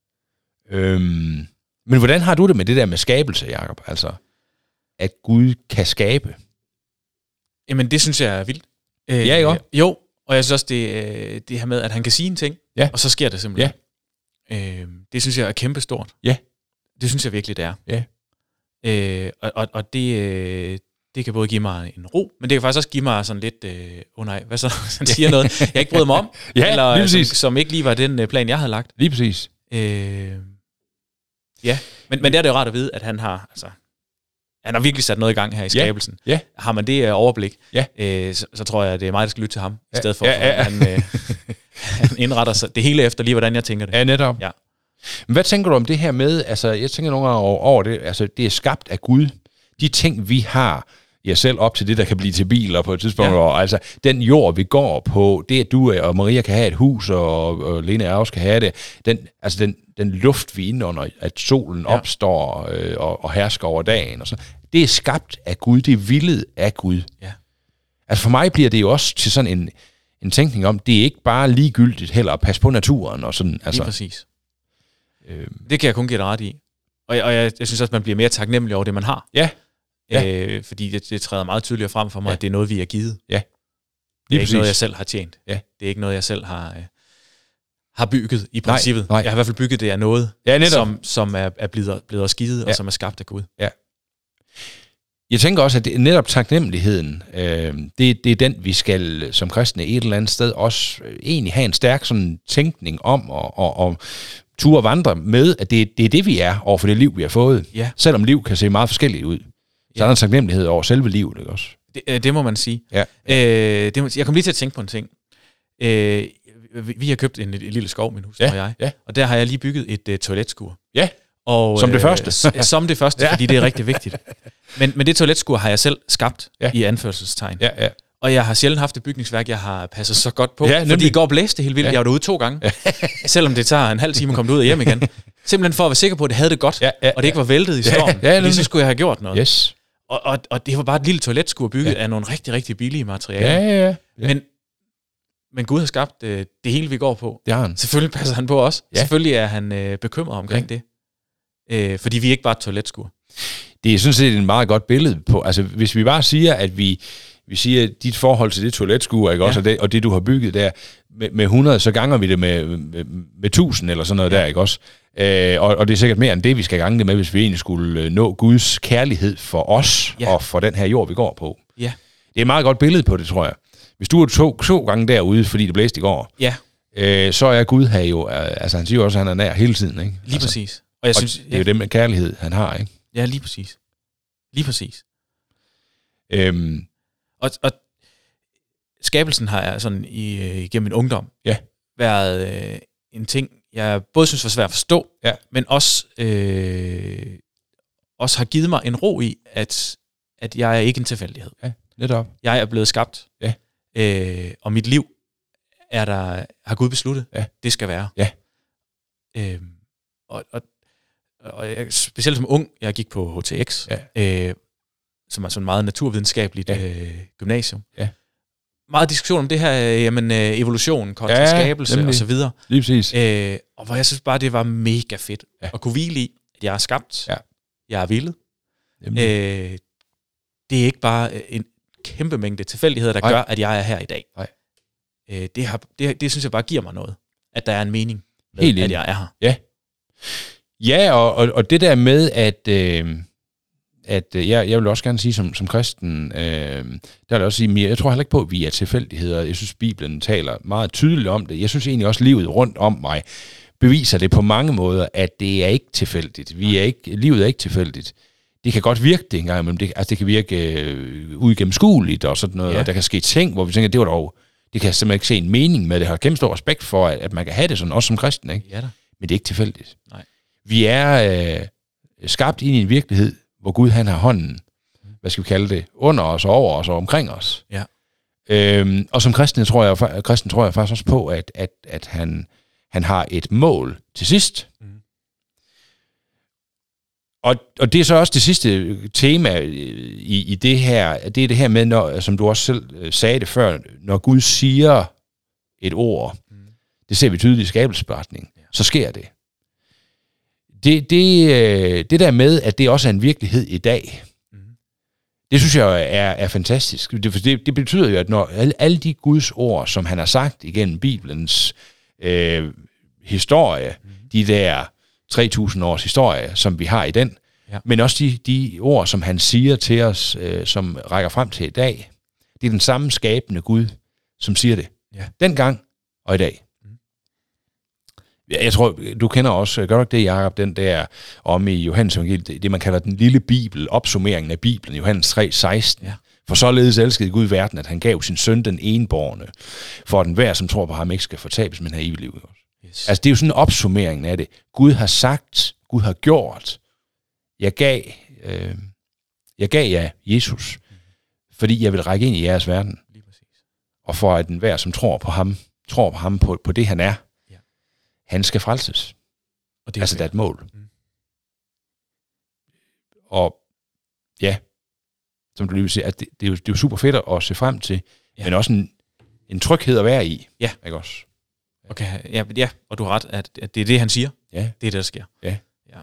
Øhm, men hvordan har du det med det der med skabelse, Jakob? Altså, at Gud kan skabe? Jamen, det synes jeg er vildt. Øh, ja, jo. Jo, og jeg synes også, det, det her med, at han kan sige en ting, ja. og så sker det simpelthen. Ja. Øh, det synes jeg er kæmpestort. Ja. Det synes jeg virkelig, det er. Ja. Øh, og, og, og det... Øh, Det kan både give mig en ro, men det kan faktisk også give mig sådan lidt, øh, oh nej, hvad så? Han siger noget, jeg ikke bryder mig om, ja, eller som, som ikke lige var den plan, jeg havde lagt. Lige præcis. Øh, ja, men, men det er det jo rart at vide, at han har, altså, han har virkelig sat noget i gang her i skabelsen. Ja. Ja. Har man det uh, overblik, ja. øh, så, så tror jeg, at det er mig, der skal lytte til ham, ja. i stedet for, ja, ja, ja. at han, øh, han indretter sig det hele efter lige, hvordan jeg tænker det. Ja, netop. Ja. Men hvad tænker du om det her med, altså, jeg tænker nogle gange over, over det, altså, det er skabt af Gud. De ting, vi har, ja, selv op til det, der kan blive til biler på et tidspunkt. Ja. Og, altså, den jord, vi går på, det at du og Maria kan have et hus, og, og Lene og også kan have det, den, altså den, den luft, vi indånder, at solen ja. opstår øh, og, og hersker over dagen, og så, det er skabt af Gud, det er villet af Gud. Ja. Altså for mig bliver det jo også til sådan en, en tænkning om, det er ikke bare ligegyldigt heller at passe på naturen og sådan. Altså. Lige præcis. Øh. Det kan jeg kun give dig ret i. Og jeg, og jeg, jeg synes også, man bliver mere taknemmelig over det, man har. Ja. ja. Øh, fordi det, det træder meget tydeligere frem for mig, ja. at det er noget, vi er givet. Ja. Det er ikke noget, jeg selv har tjent. Ja. Det er ikke noget, jeg selv har, øh, har bygget i princippet. Nej, nej. Jeg har i hvert fald bygget det af noget, ja, som, som er, er blevet, blevet skidet, ja. og som er skabt af Gud. Ja. Jeg tænker også, at det, netop taknemmeligheden, øh, det, det er den, vi skal som kristne et eller andet sted også øh, egentlig have en stærk sådan tænkning om, og, og, og ture vandre med, at det, det er det, vi er over for det liv, vi har fået. Ja. Selvom liv kan se meget forskelligt ud. Så ja. er der en taknemmelighed over selve livet, ikke også? Det, det må man sige. Ja. Øh, det må, jeg kom lige til at tænke på en ting. Øh, vi, vi har købt en, en lille skov, min hus ja. og jeg, ja. og der har jeg lige bygget et uh, toiletskur. Ja, og, som det første. Øh, som det første, fordi det er rigtig vigtigt. Men, men det toiletskur har jeg selv skabt ja. i anførselstegn. Ja, ja. Og jeg har sjældent haft et bygningsværk, jeg har passet så godt på. Ja, fordi i går blæste helt vildt. Ja. Jeg var derude to gange. Selvom det tager en halv time at komme ud og hjem igen. Simpelthen for at være sikker på, at det havde det godt. Ja, ja, og det ikke var væltet i stormen. Ja, ja, fordi så skulle jeg have gjort noget. Yes. Og, og, og det var bare et lille toiletskur bygget ja. af nogle rigtig, rigtig billige materialer. Ja, ja, ja. ja. Men, men Gud har skabt øh, det hele, vi går på. Det har han. Selvfølgelig passer han på os. Ja. Selvfølgelig er han øh, bekymret omkring ja. det. Øh, fordi vi er ikke bare et toiletskur. Det er sådan set et meget godt billede på, altså hvis vi bare siger, at vi, vi siger, at dit forhold til det toiletskur, ikke ja. også, og det, og det, du har bygget der, med, med hundrede, så ganger vi det med, med, med tusind eller sådan noget ja. der, ikke også? Øh, og, og det er sikkert mere end det, vi skal gange det med, hvis vi egentlig skulle nå Guds kærlighed for os, ja. og for den her jord, vi går på. Ja. Det er et meget godt billede på det, tror jeg. Hvis du er to, to gange derude, fordi det blæste i går, ja. øh, så er Gud her jo, altså han siger jo også, at han er nær hele tiden, ikke? Lige altså, præcis. Og, jeg og synes, det er jo det med kærlighed, han har, ikke? Ja, lige præcis. Lige præcis. Øhm. Og, og skabelsen har jeg sådan i, igennem min ungdom ja. været øh, en ting, jeg både synes var svært at forstå, ja. men også, øh, også har givet mig en ro i, at, at jeg er ikke en tilfældighed. Ja, netop. Jeg er blevet skabt, ja. øh, og mit liv er der, har Gud besluttet, ja. det skal være. Ja. Øh, og, og, og jeg, specielt som ung, jeg gik på H T X, ja. øh, som er sådan meget naturvidenskabeligt ja. øh, gymnasium. Ja. Meget diskussion om det her, jamen, øh, evolution kontra ja, skabelse nemlig. og så videre. Lige præcis. Øh, og hvor jeg synes bare, det var mega fedt ja. at kunne hvile i, at jeg er skabt, ja. jeg er villet. Øh, det er ikke bare en kæmpe mængde tilfældigheder, der Nej. gør, at jeg er her i dag. Nej. Øh, det, har, det, det synes jeg bare giver mig noget, at der er en mening med, Helt at jeg er her. Ja, ja og, og, og det der med, at... Øh at øh, jeg, jeg vil også gerne sige, som, som kristen, øh, der vil jeg også sige, jeg tror heller ikke på, at vi er tilfældigheder. Jeg synes, Bibelen taler meget tydeligt om det. Jeg synes egentlig også, livet rundt om mig beviser det på mange måder, at det er ikke tilfældigt. Vi er ikke, livet er ikke tilfældigt. Det kan godt virke det engang, men det, altså det kan virke øh, uigennemskueligt og sådan noget, ja. og der kan ske ting, hvor vi tænker, det var dog, det kan jeg simpelthen ikke se en mening med. Det har kæmpe stor respekt for, at, at man kan have det sådan, også som kristen, ikke? Ja da. Men det er ikke tilfældigt. Nej. Vi er øh, skabt ind i en virkelighed, hvor Gud han har hånden, hvad skal vi kalde det, under os, over os og omkring os. Ja. Øhm, og som kristen tror jeg, kristen tror jeg faktisk også på, at, at, at han, han har et mål til sidst. Mm. Og, og det er så også det sidste tema i, i det her, det er det her med, når, som du også selv sagde det før, når Gud siger et ord, mm. det ser vi tydeligt i skabelsesberetningen, ja. så sker det. Det, det, det der med, at det også er en virkelighed i dag, mm. det synes jeg er, er fantastisk. Det, det, det betyder jo, at når alle, alle de Guds ord, som han har sagt igennem Bibelens øh, historie, mm. de der tre tusind års historie, som vi har i den, ja. men også de, de ord, som han siger til os, øh, som rækker frem til i dag, det er den samme skabende Gud, som siger det. Ja. Dengang og i dag. Jeg tror, du kender også, gør du ikke det, Jacob, den der om i Johannes evangeliet, det, det man kalder den lille bibel, opsummeringen af Bibelen, Johannes tre seksten. Ja. For således elskede Gud verden, at han gav sin søn den enbårne, for at enhver, som tror på ham, ikke skal fortabes, men have evigt liv. Yes. Altså, det er jo sådan en opsummering af det. Gud har sagt, Gud har gjort. Jeg gav, øh, jeg gav jer Jesus, mm. fordi jeg vil række ind i jeres verden. Lige præcis. Og for at enhver, som tror på ham, tror på ham på, på det, han er, han skal frelses. Og det er altså, der er et mål. Mm. Og ja, som du lige vil sige, at det, det, er jo, det er jo super fedt at se frem til, ja. men også en, en tryghed at være i. Ja. Ikke også? Okay, ja, ja, og du har ret, at, at det er det, han siger. Ja. Det er det, der sker. Ja. Ja.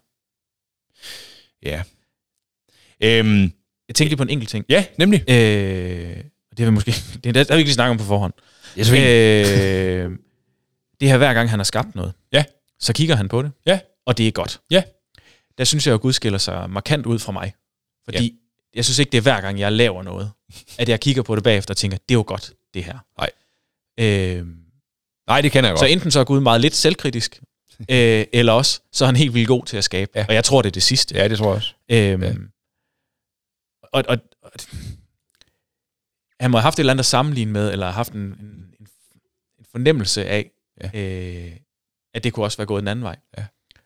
Ja. Øhm, jeg tænkte lige på en enkelt ting. Ja, nemlig. Øh, det vil måske, det er der vi ikke lige snakke om på forhånd. Ja, så øh, det her, hver gang han har skabt noget, ja. så kigger han på det, ja. og det er godt. Ja. Der synes jeg, at Gud skiller sig markant ud fra mig. Fordi ja. jeg synes ikke, det er hver gang, jeg laver noget, at jeg kigger på det bagefter og tænker, det er jo godt, det her. Nej. Øh, Nej, det kender jeg godt. Så enten så er Gud meget lidt selvkritisk, øh, eller også så er han helt vildt god til at skabe. Ja. Og jeg tror, det er det sidste. Ja, det tror jeg også. Øhm, ja. og, og, og han må have haft et eller andet at sammenligne med, eller have haft en, en, en fornemmelse af, ja. øh, at det kunne også være gået en anden vej. Ja.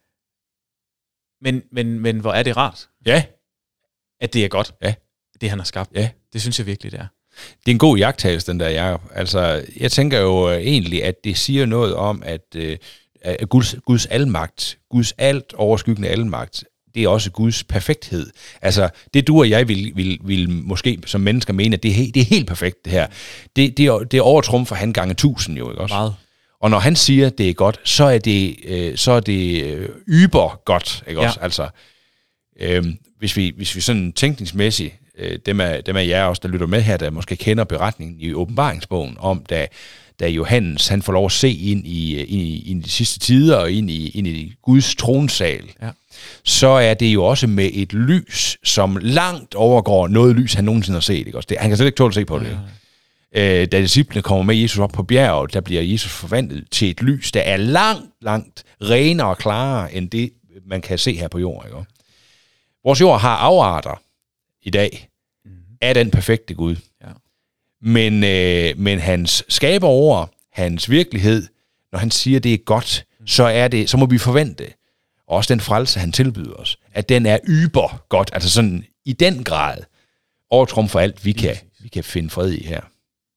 Men, men, men hvor er det rart, ja. at det er godt, ja. det han har skabt. Ja. Det synes jeg virkelig, det er. Det er en god iagttagelse, den der, Jacob. Altså, jeg tænker jo egentlig, at det siger noget om, at, øh, at Guds, Guds almagt, Guds alt overskyggende almagt, det er også Guds perfekthed. Altså, det du og jeg vil, vil, vil måske som mennesker mene, at det er, he, det er helt perfekt, det her. Det, det, er, det er overtrumfer han gange tusind jo, ikke også? Meget. Og når han siger, at det er godt, så er det, øh, så er det øh, yber godt, ikke også? Ja. Altså, øh, hvis, vi, hvis vi sådan tænkningsmæssigt, øh, dem, af, dem af jer også, der lytter med her, der måske kender beretningen i åbenbaringsbogen, om da, da Johannes, han får lov at se ind i, ind i, ind i de sidste tider, og ind i, ind i Guds tronsal, ja. så er det jo også med et lys, som langt overgår noget lys, han nogensinde har set, ikke også? Det, han kan slet ikke tåle at se på det. Ja. Øh, da disciplene kommer med Jesus op på bjerget, der bliver Jesus forvandlet til et lys, der er langt, langt renere og klarere, end det, man kan se her på jorden. Ikke? Vores jord har afarter i dag mm-hmm. af den perfekte Gud. Ja. Men, øh, men hans skaberord, hans virkelighed, når han siger, det er godt, mm. så, er det, så må vi forvente, og også den frelse, han tilbyder os, at den er yber godt, altså sådan i den grad overtrum for alt, vi kan, vi kan finde fred i her.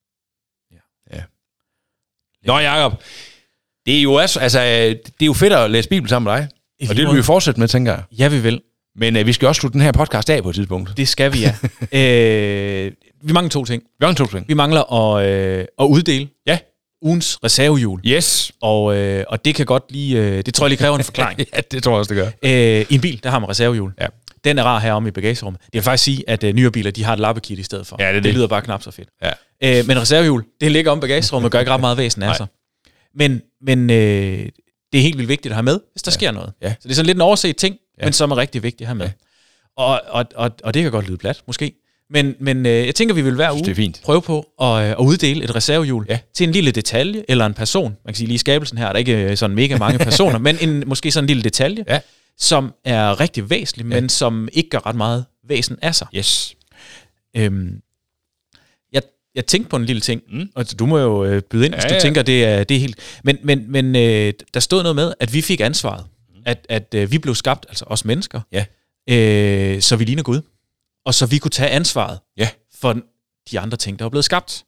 Ja. Nå, Jacob, det er jo også, altså, det er jo fedt at læse Bibelen sammen med dig, og det vil vi jo fortsætte med, tænker jeg. Ja, vi vil. Men øh, vi skal også slutte den her podcast af på et tidspunkt. Det skal vi, ja. øh, vi mangler to ting. Vi mangler to ting. Vi mangler at, øh, at uddele ja. ugens reservehjul. Yes. Og, øh, og det kan godt lige, øh, det tror jeg lige kræver en forklaring. Ja, det tror jeg også, det gør. Øh, I en bil, der har man reservehjul. Ja. Den er rar heromme i bagagerummet. Det vil faktisk sige, at øh, nyere biler, de har et lappekit i stedet for. Ja, det, det. det lyder bare knap så fedt. Ja. Øh, men reservehjul, det ligger om bagagerummet og gør ikke ret meget væsen af sig. Men, men øh, det er helt vildt vigtigt at have med, hvis der ja. sker noget. Ja. Så det er sådan lidt en overset ting, ja. men som er rigtig vigtigt at have med. Ja. Og, og, og, og det kan godt lyde plat, måske. Men, men øh, jeg tænker, vi vil hver uge fint. prøve på at, øh, at uddele et reservehjul ja. til en lille detalje, eller en person. Man kan sige lige i skabelsen her, er der ikke sådan mega mange personer, men en, måske sådan en lille detalje, ja. som er rigtig væsentlig, ja. men som ikke gør ret meget væsen af sig. Yes. Øhm, jeg, jeg tænkte på en lille ting, mm. og du må jo øh, byde ind, hvis ja, du ja. tænker, det er, det er helt... Men, men, men øh, der stod noget med, at vi fik ansvaret. Mm. At, at øh, vi blev skabt, altså os mennesker, ja. øh, så vi ligner Gud. Og så vi kunne tage ansvaret ja. for de andre ting, der er blevet skabt.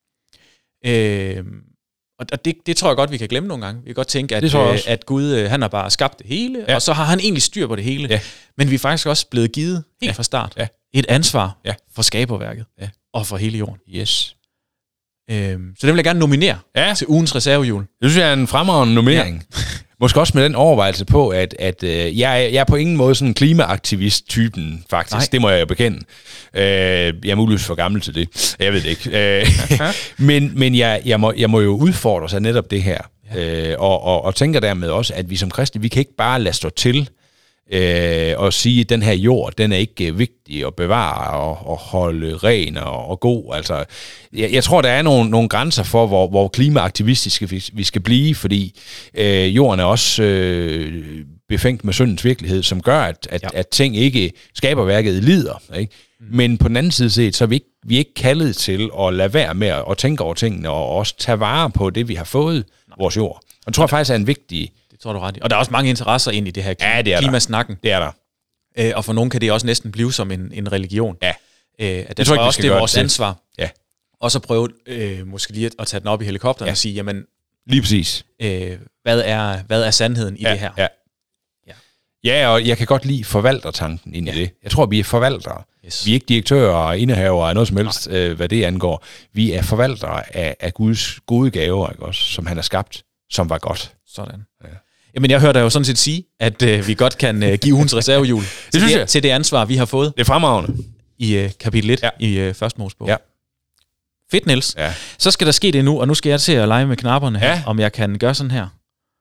Øh, og det, det tror jeg godt, vi kan glemme nogle gange. Vi kan godt tænke, at, øh, at Gud øh, han har bare skabt det hele, ja. og så har han egentlig styr på det hele. Ja. Men vi er faktisk også blevet givet helt ja. fra start ja. et ansvar ja. for skaberværket ja. og for hele jorden. Yes. Øh, så det vil jeg gerne nominere ja. til ugens reservehjul. Det synes jeg er en fremragende nominering. Ja. Måske også med den overvejelse på, at, at øh, jeg, jeg er på ingen måde sådan en klimaaktivist-typen, faktisk. Nej. Det må jeg jo bekende. Øh, jeg er muligvis for gammel til det. Jeg ved det ikke. Øh, men men jeg, jeg, må, jeg må jo udfordre sig netop det her. Ja. Øh, og, og, og tænker dermed også, at vi som kristne, vi kan ikke bare lade stå til øh, og sige, at den her jord, den er ikke vigtig at bevare og, og holde ren og, og god. Altså, jeg, jeg tror, der er nogle, nogle grænser for, hvor, hvor klimaaktivistiske vi, vi skal blive, fordi øh, jorden er også øh, befængt med syndens virkelighed, som gør, at, at, ja. at ting ikke skaber værket lider. Ikke? Mm. Men på den anden side set, så er vi ikke, vi er ikke kaldet til at lade være med at, at tænke over tingene og også tage vare på det, vi har fået, Nej. vores jord. Og det tror jeg faktisk er en vigtig... Tror du ret i. Og der er også mange interesser ind i det her klima, ja, det klimasnakken. Det er der. Øh, og for nogen kan det også næsten blive som en, en religion. Ja. Øh, at det, det tror jeg også, det er vores det. ansvar. Ja. Og så prøve øh, måske lige at, at tage den op i helikopteren ja. og sige, jamen... Lige præcis. Øh, hvad, er, hvad er sandheden i ja, det her? Ja. ja. Ja, og jeg kan godt lide forvaltertanken ind ja. i det. Jeg tror, vi er forvaltere. Yes. Vi er ikke direktører og indehavere af noget som helst, øh, hvad det angår. Vi er forvaltere af, af Guds gode gaver, ikke også, som han har skabt, som var godt. Sådan. Ja. Jamen, jeg hørte dig jo sådan set sige, at øh, vi godt kan øh, give ugens reservehjul det til, det, til det ansvar, vi har fået. Det er fremragende. I øh, kapitel et ja. i øh, første Mosebog. Ja. Fedt, Niels. Ja. Så skal der ske det nu, og nu skal jeg til at lege med knapperne her, ja. om jeg kan gøre sådan her.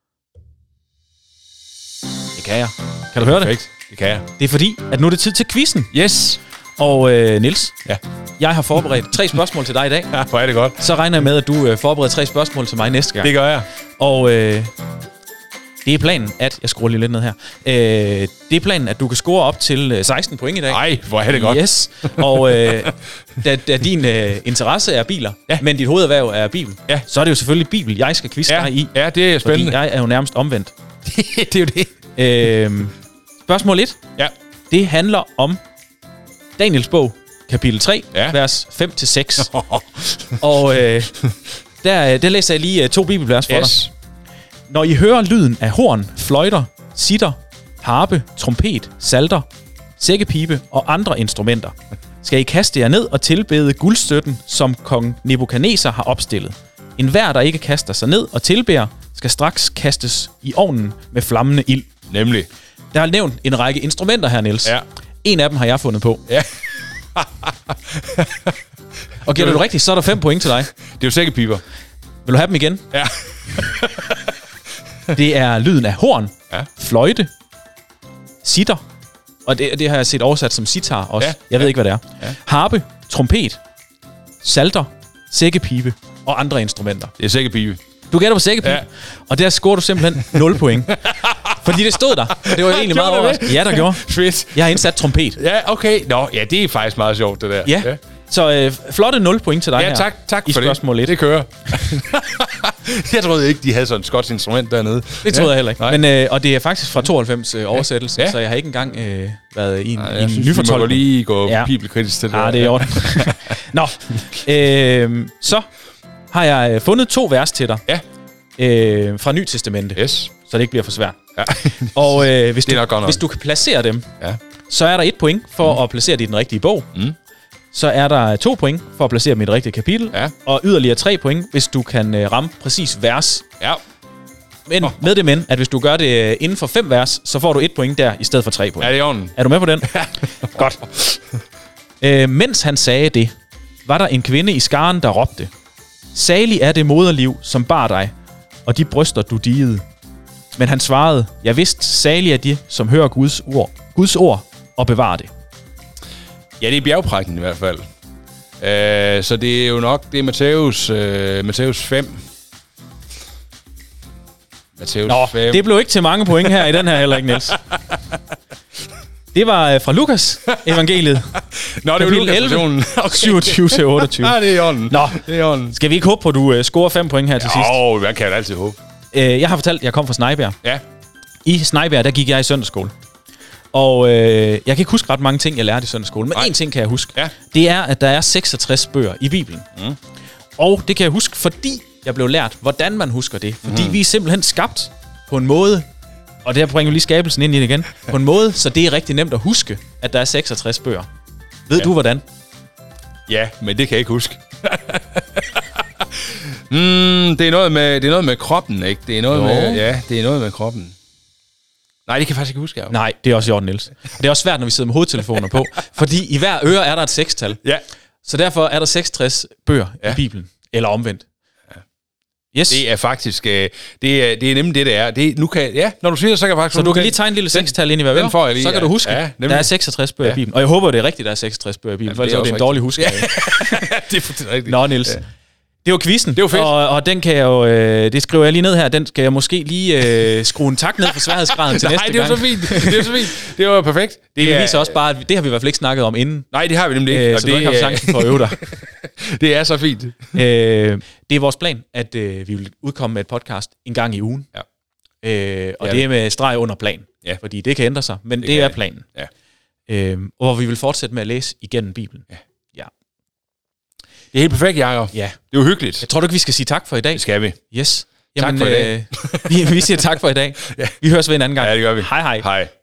Det kan jeg. Kan du høre Perfekt. det? Det kan jeg. Det er fordi, at nu er det tid til quizzen. Yes. Og øh, Niels, ja. jeg har forberedt tre spørgsmål til dig i dag. Ja, hvor er det godt. Så regner jeg med, at du øh, forbereder tre spørgsmål til mig næste gang. Det gør jeg. Og øh, det er planen, at... Jeg skruer lige lidt ned her. Øh, det er planen, at du kan score op til øh, seksten point i dag. Nej, hvor er det godt. Yes. Og øh, da, da din øh, interesse er biler, ja. men dit hovederhverv er Bibel, ja. så er det jo selvfølgelig Bibel, jeg skal quizze ja. dig i. Ja, det er spændende. Fordi jeg er jo nærmest omvendt. Det er jo det. Øh, spørgsmål et. Ja. Det handler om Daniels bog, kapitel tre, ja. vers fem til seks. Og øh, der, der læser jeg lige uh, to bibelvers for yes. dig. Når I hører lyden af horn, fløjter, sitter, harpe, trompet, salter, sækkepibe og andre instrumenter, skal I kaste jer ned og tilbede guldstøtten, som kong Nebukadneser har opstillet. En hver, der ikke kaster sig ned og tilbeder, skal straks kastes i ovnen med flammende ild. Nemlig. Der er nævnt en række instrumenter her, Niels. Ja. En af dem har jeg fundet på. Ja. Og gætter du rigtigt, så er der fem point til dig. Det er jo sækkepiber. Vil du have dem igen? Ja. Det er lyden af horn, ja. fløjte, sitter, og det, det har jeg set oversat som sitar også. Ja. Jeg ved ja. ikke, hvad det er. Ja. Harpe, trompet, salter, sækkepibe og andre instrumenter. Det er sækkepibe. Du gætter på sækkepibe, ja. og der scorer du simpelthen nul point. Fordi det stod der. Det var egentlig meget overraskende. Ja, der gjorde. Fedt. Jeg har indsat trompet. Ja, okay. Nå, ja, det er faktisk meget sjovt, det der. Ja. ja. Så øh, flotte nul point til dig ja, her. tak, tak i for spørgsmål det. et. Det kører. Jeg troede ikke, de havde sådan et skotsk instrument dernede. Det troede ja. jeg heller ikke. Men, øh, og det er faktisk fra tooghalvfems øh, oversættelse, ja. så jeg har ikke engang øh, været i en, Nej, i en synes, nyfortolkning. Jeg synes, lige gå ja. bibelkritisk til det. Ja, det er i orden. Nå, øh, så har jeg øh, fundet to vers til dig. Ja. Øh, fra Ny Testamente. Yes. Så det ikke bliver for svært. Ja. Og øh, hvis, du, hvis du kan placere dem, ja. så er der et point for mm. at placere det i den rigtige bog. Mm. Så er der to point for at placere dem i det rigtige kapitel. Ja. Og yderligere tre point, hvis du kan øh, ramme præcis vers. Ja. Men oh. med det men, at hvis du gør det inden for fem vers, så får du et point der, i stedet for tre point. Ja, det er orden. Er du med på den? Godt. Øh, mens han sagde det, var der en kvinde i skaren, der råbte: Salig er det moderliv, som bar dig, og de bryster, du digede. Men han svarede: Jeg vidste, salig er de, som hører Guds ord, Guds ord og bevarer det. Ja, det er bjergprægten i hvert fald. Uh, så det er jo nok, det er Matthæus, uh, Matthæus fem. Matthæus Nå, fem. Det blev ikke til mange point her i den her heller ikke, Niels. Det var uh, fra Lukas evangeliet. Nå, det er jo elleve, okay. syvogtyve til otteogtyve. Nej, det er i orden. Nå, det er i orden. Skal vi ikke håbe på, at du uh, scorer fem point her til sidst? Jo, man kan jo altid håbe. Uh, jeg har fortalt, at jeg kom fra Snejbjerg. Ja. I Snejbjerg, der gik jeg i søndagsskole. Og øh, jeg kan ikke huske ret mange ting, jeg lærte i søndagsskole, men én ting kan jeg huske. Ja. Det er, at der er seksogtres bøger i Bibelen. Mm. Og det kan jeg huske, fordi jeg blev lært, hvordan man husker det. Fordi mm. vi er simpelthen skabt på en måde, og det her bringer lige skabelsen ind i det igen, på en måde, så det er rigtig nemt at huske, at der er seksogtres bøger. Ved ja. du, hvordan? Ja, men det kan jeg ikke huske. mm, det, er noget med, det er noget med kroppen, ikke? Det er noget med, ja, det er noget med kroppen. Nej, det kan jeg faktisk ikke huske. Jeg. Nej, det er også i orden, Niels. Det er også svært, når vi sidder med hovedtelefoner på, fordi i hver øre er der et sekstal. Ja. Så derfor er der seksogtres bøger ja. i Bibelen. Eller omvendt. Ja. Yes. Det er faktisk, øh, det, er, det er nemlig det, det er. Det, nu kan, ja, når du siger det, så kan jeg faktisk... Så du kan lige tegne en lille sekstal ind i hver øre, får jeg lige, så kan ja. du huske, ja, der er seksogtres bøger ja. i Bibelen. Og jeg håber, det er rigtigt, der er seksogtres bøger i Bibelen, ja, for ellers er det en dårlig husk. Ja. Det er fuldstændig rigtigt. Nå, Niels. Ja. Det var quizzen, det var fedt. Og, og den kan jeg jo, øh, det skriver jeg lige ned her, den skal jeg måske lige øh, skrue en tak ned for sværhedsgraden til Nej, næste gang. Nej, det var så fint, det var så fint, det var perfekt. Det, det viser også bare, at det har vi i hvert fald ikke snakket om inden. Nej, det har vi nemlig ikke. Øh, og så det, du ikke har chancen for at øve dig. Det er så fint. Øh, det er vores plan, at øh, vi vil udkomme med et podcast en gang i ugen. Ja. Øh, og ja, det er med streg under plan, ja. fordi det kan ændre sig, men det, det er planen. Ja. Øh, og hvor vi vil fortsætte med at læse igennem Bibelen. Ja. Ja. Det er helt perfekt, Jacob. Ja. Det er jo hyggeligt. Jeg tror du ikke, vi skal sige tak for i dag? Det skal vi. Yes. Jamen, tak for i dag. Øh, vi, vi siger tak for i dag. Ja. Vi høres ved en anden gang. Ja, det gør vi. Hej hej. Hej.